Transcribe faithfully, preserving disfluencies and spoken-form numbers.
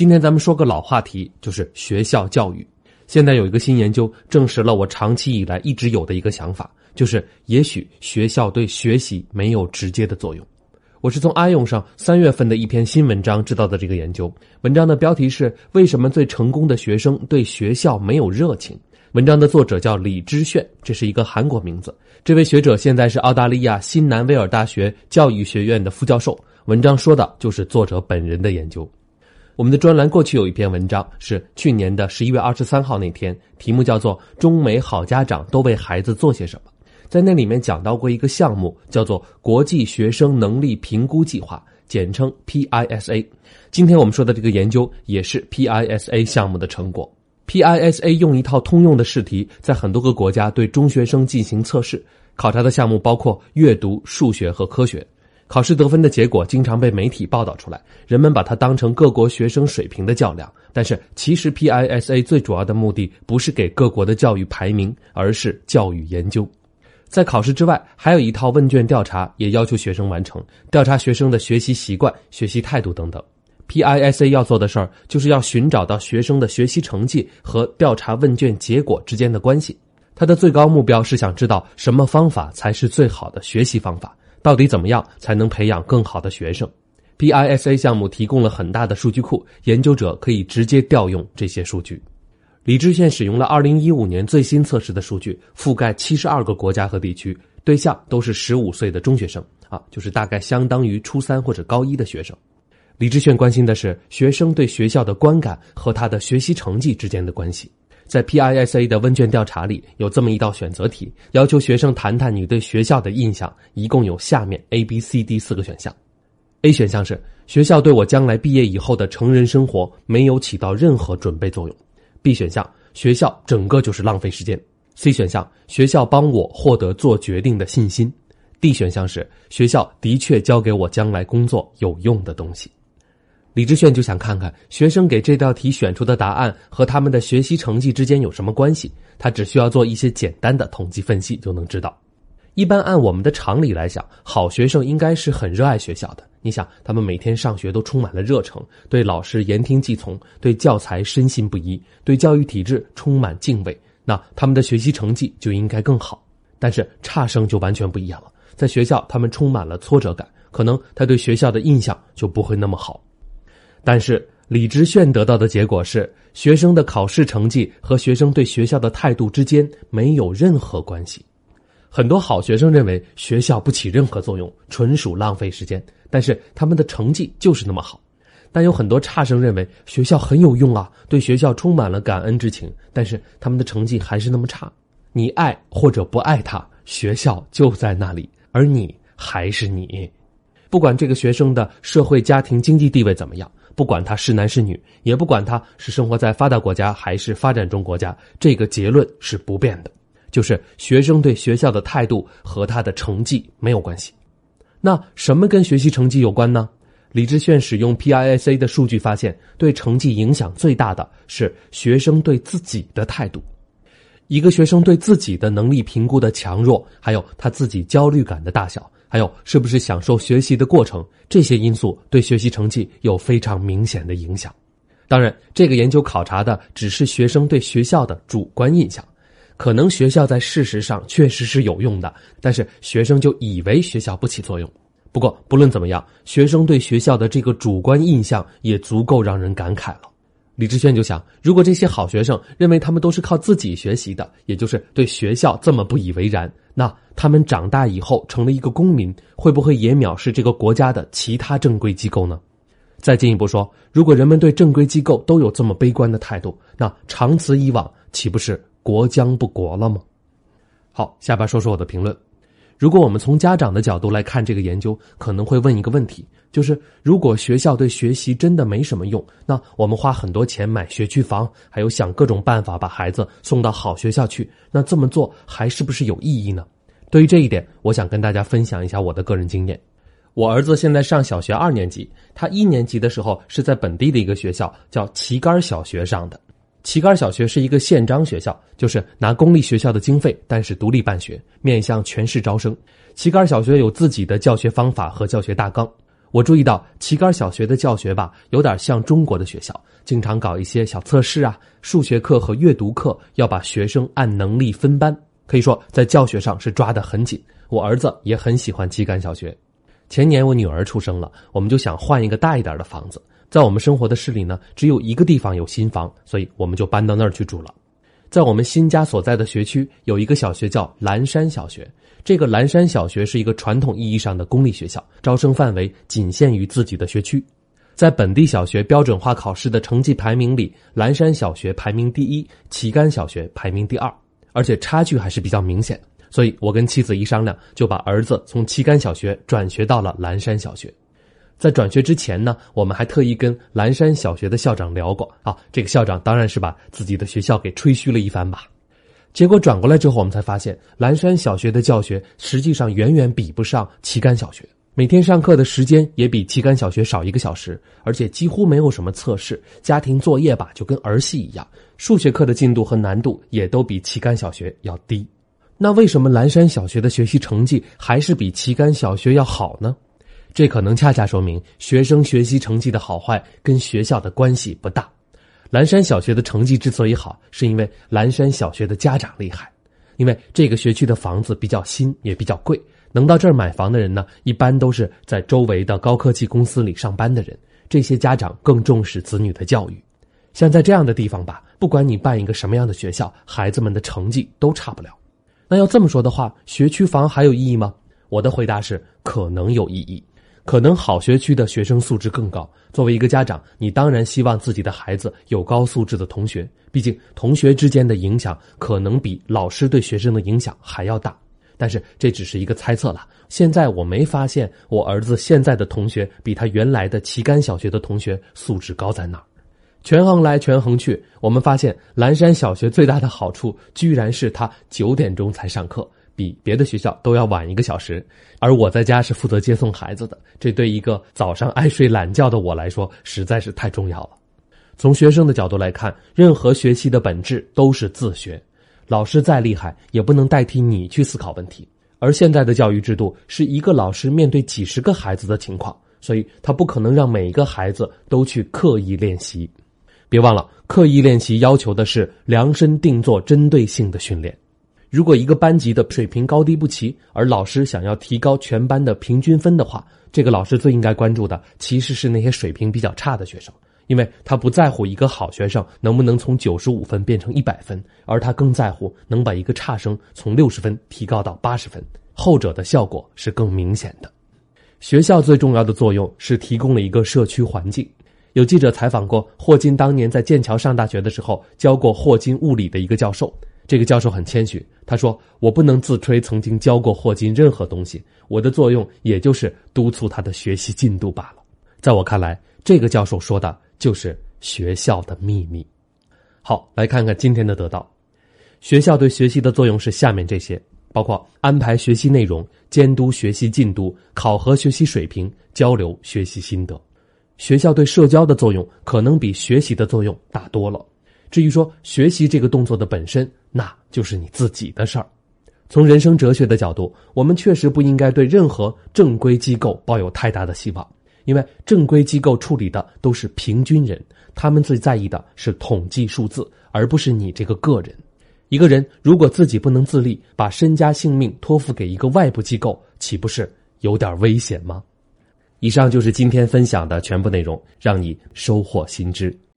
今天咱们说个老话题，就是学校教育。现在有一个新研究证实了我长期以来一直有的一个想法，就是也许学校对学习没有直接的作用。我是从阿用上三月份的一篇新文章知道的这个研究，文章的标题是为什么最成功的学生对学校没有热情。文章的作者叫李知炫，这是一个韩国名字。这位学者现在是澳大利亚新南威尔大学教育学院的副教授，文章说的就是作者本人的研究。我们的专栏过去有一篇文章，是去年的十一月二十三号那天，题目叫做中美好家长都为孩子做些什么。在那里面讲到过一个项目，叫做国际学生能力评估计划，简称 P I S A。 今天我们说的这个研究也是 P I S A 项目的成果。 P I S A 用一套通用的试题，在很多个国家对中学生进行测试，考察的项目包括阅读、数学和科学。考试得分的结果经常被媒体报道出来，人们把它当成各国学生水平的较量。但是其实 P I S A 最主要的目的不是给各国的教育排名，而是教育研究。在考试之外，还有一套问卷调查也要求学生完成，调查学生的学习习惯、学习态度等等。 P I S A 要做的事儿，就是要寻找到学生的学习成绩和调查问卷结果之间的关系。它的最高目标是想知道什么方法才是最好的学习方法，到底怎么样才能培养更好的学生。 P I S A 项目提供了很大的数据库，研究者可以直接调用这些数据。李知炫使用了二零一五年最新测试的数据，覆盖七十二个国家和地区，对象都是十五岁的中学生啊，就是大概相当于初三或者高一的学生。李知炫关心的是学生对学校的观感和他的学习成绩之间的关系。在 P I S A 的问卷调查里，有这么一道选择题，要求学生谈谈你对学校的印象，一共有下面 A、B、C、D 四个选项。 A 选项是学校对我将来毕业以后的成人生活没有起到任何准备作用。 B 选项，学校整个就是浪费时间。 C 选项，学校帮我获得做决定的信心。 D 选项是学校的确教给我将来工作有用的东西。李知炫就想看看学生给这道题选出的答案和他们的学习成绩之间有什么关系，他只需要做一些简单的统计分析就能知道。一般按我们的常理来想，好学生应该是很热爱学校的。你想，他们每天上学都充满了热诚，对老师言听计从，对教材深信不疑，对教育体制充满敬畏，那他们的学习成绩就应该更好。但是差生就完全不一样了，在学校他们充满了挫折感，可能他对学校的印象就不会那么好。但是李知炫得到的结果是，学生的考试成绩和学生对学校的态度之间没有任何关系。很多好学生认为学校不起任何作用，纯属浪费时间，但是他们的成绩就是那么好。但有很多差生认为学校很有用啊，对学校充满了感恩之情，但是他们的成绩还是那么差。你爱或者不爱他，学校就在那里，而你还是你。不管这个学生的社会家庭经济地位怎么样，不管他是男是女，也不管他是生活在发达国家还是发展中国家，这个结论是不变的，就是学生对学校的态度和他的成绩没有关系。那什么跟学习成绩有关呢？李知炫使用 P I S A 的数据发现，对成绩影响最大的是学生对自己的态度。一个学生对自己的能力评估的强弱，还有他自己焦虑感的大小，还有是不是享受学习的过程，这些因素对学习成绩有非常明显的影响。当然，这个研究考察的只是学生对学校的主观印象，可能学校在事实上确实是有用的，但是学生就以为学校不起作用。不过不论怎么样，学生对学校的这个主观印象也足够让人感慨了。李知炫就想，如果这些好学生认为他们都是靠自己学习的，也就是对学校这么不以为然，那他们长大以后成了一个公民，会不会也藐视这个国家的其他正规机构呢？再进一步说，如果人们对正规机构都有这么悲观的态度，那长此以往，岂不是国将不国了吗？好，下边说说我的评论。如果我们从家长的角度来看这个研究，可能会问一个问题，就是如果学校对学习真的没什么用，那我们花很多钱买学区房，还有想各种办法把孩子送到好学校去，那这么做还是不是有意义呢？对于这一点，我想跟大家分享一下我的个人经验。我儿子现在上小学二年级，他一年级的时候是在本地的一个学校叫旗杆小学上的。旗杆小学是一个县章学校，就是拿公立学校的经费，但是独立办学，面向全市招生。旗杆小学有自己的教学方法和教学大纲。 我注意到旗杆小学的教学吧，有点像中国的学校，经常搞一些小测试啊，数学课和阅读课要把学生按能力分班，可以说在教学上是抓得很紧。我儿子也很喜欢旗杆小学。前年我女儿出生了，我们就想换一个大一点的房子，在我们生活的市里呢，只有一个地方有新房，所以我们就搬到那儿去住了。在我们新家所在的学区有一个小学叫蓝山小学，这个蓝山小学是一个传统意义上的公立学校，招生范围仅限于自己的学区。在本地小学标准化考试的成绩排名里，蓝山小学排名第一，旗杆小学排名第二，而且差距还是比较明显。所以我跟妻子一商量，就把儿子从旗杆小学转学到了蓝山小学。在转学之前呢，我们还特意跟蓝山小学的校长聊过啊，这个校长当然是把自己的学校给吹嘘了一番吧。结果转过来之后，我们才发现蓝山小学的教学实际上远远比不上旗杆小学，每天上课的时间也比旗杆小学少一个小时，而且几乎没有什么测试，家庭作业吧就跟儿戏一样，数学课的进度和难度也都比旗杆小学要低。那为什么蓝山小学的学习成绩还是比旗杆小学要好呢？这可能恰恰说明学生学习成绩的好坏跟学校的关系不大。蓝山小学的成绩之所以好，是因为蓝山小学的家长厉害。因为这个学区的房子比较新，也比较贵，能到这儿买房的人呢，一般都是在周围的高科技公司里上班的人。这些家长更重视子女的教育。像在这样的地方吧，不管你办一个什么样的学校，孩子们的成绩都差不了。那要这么说的话，学区房还有意义吗？我的回答是可能有意义。可能好学区的学生素质更高，作为一个家长，你当然希望自己的孩子有高素质的同学，毕竟同学之间的影响可能比老师对学生的影响还要大。但是这只是一个猜测了，现在我没发现我儿子现在的同学比他原来的旗杆小学的同学素质高在哪儿。权衡来权衡去，我们发现蓝山小学最大的好处居然是他九点钟才上课，比别的学校都要晚一个小时，而我在家是负责接送孩子的，这对一个早上爱睡懒觉的我来说实在是太重要了。从学生的角度来看，任何学习的本质都是自学，老师再厉害也不能代替你去思考问题。而现在的教育制度是一个老师面对几十个孩子的情况，所以他不可能让每一个孩子都去刻意练习。别忘了，刻意练习要求的是量身定做针对性的训练。如果一个班级的水平高低不齐，而老师想要提高全班的平均分的话，这个老师最应该关注的其实是那些水平比较差的学生，因为他不在乎一个好学生能不能从九十五分变成一百分，而他更在乎能把一个差生从六十分提高到八十分，后者的效果是更明显的。学校最重要的作用是提供了一个社区环境。有记者采访过霍金当年在剑桥上大学的时候教过霍金物理的一个教授，这个教授很谦虚，他说，我不能自吹曾经教过霍金任何东西，我的作用也就是督促他的学习进度罢了。在我看来，这个教授说的就是学校的秘密。好，来看看今天的得到。学校对学习的作用是下面这些，包括安排学习内容、监督学习进度、考核学习水平、交流学习心得。学校对社交的作用可能比学习的作用大多了。至于说学习这个动作的本身，那就是你自己的事儿。从人生哲学的角度，我们确实不应该对任何正规机构抱有太大的希望，因为正规机构处理的都是平均人，他们最在意的是统计数字，而不是你这个个人。一个人如果自己不能自立，把身家性命托付给一个外部机构，岂不是有点危险吗？以上就是今天分享的全部内容，让你收获新知。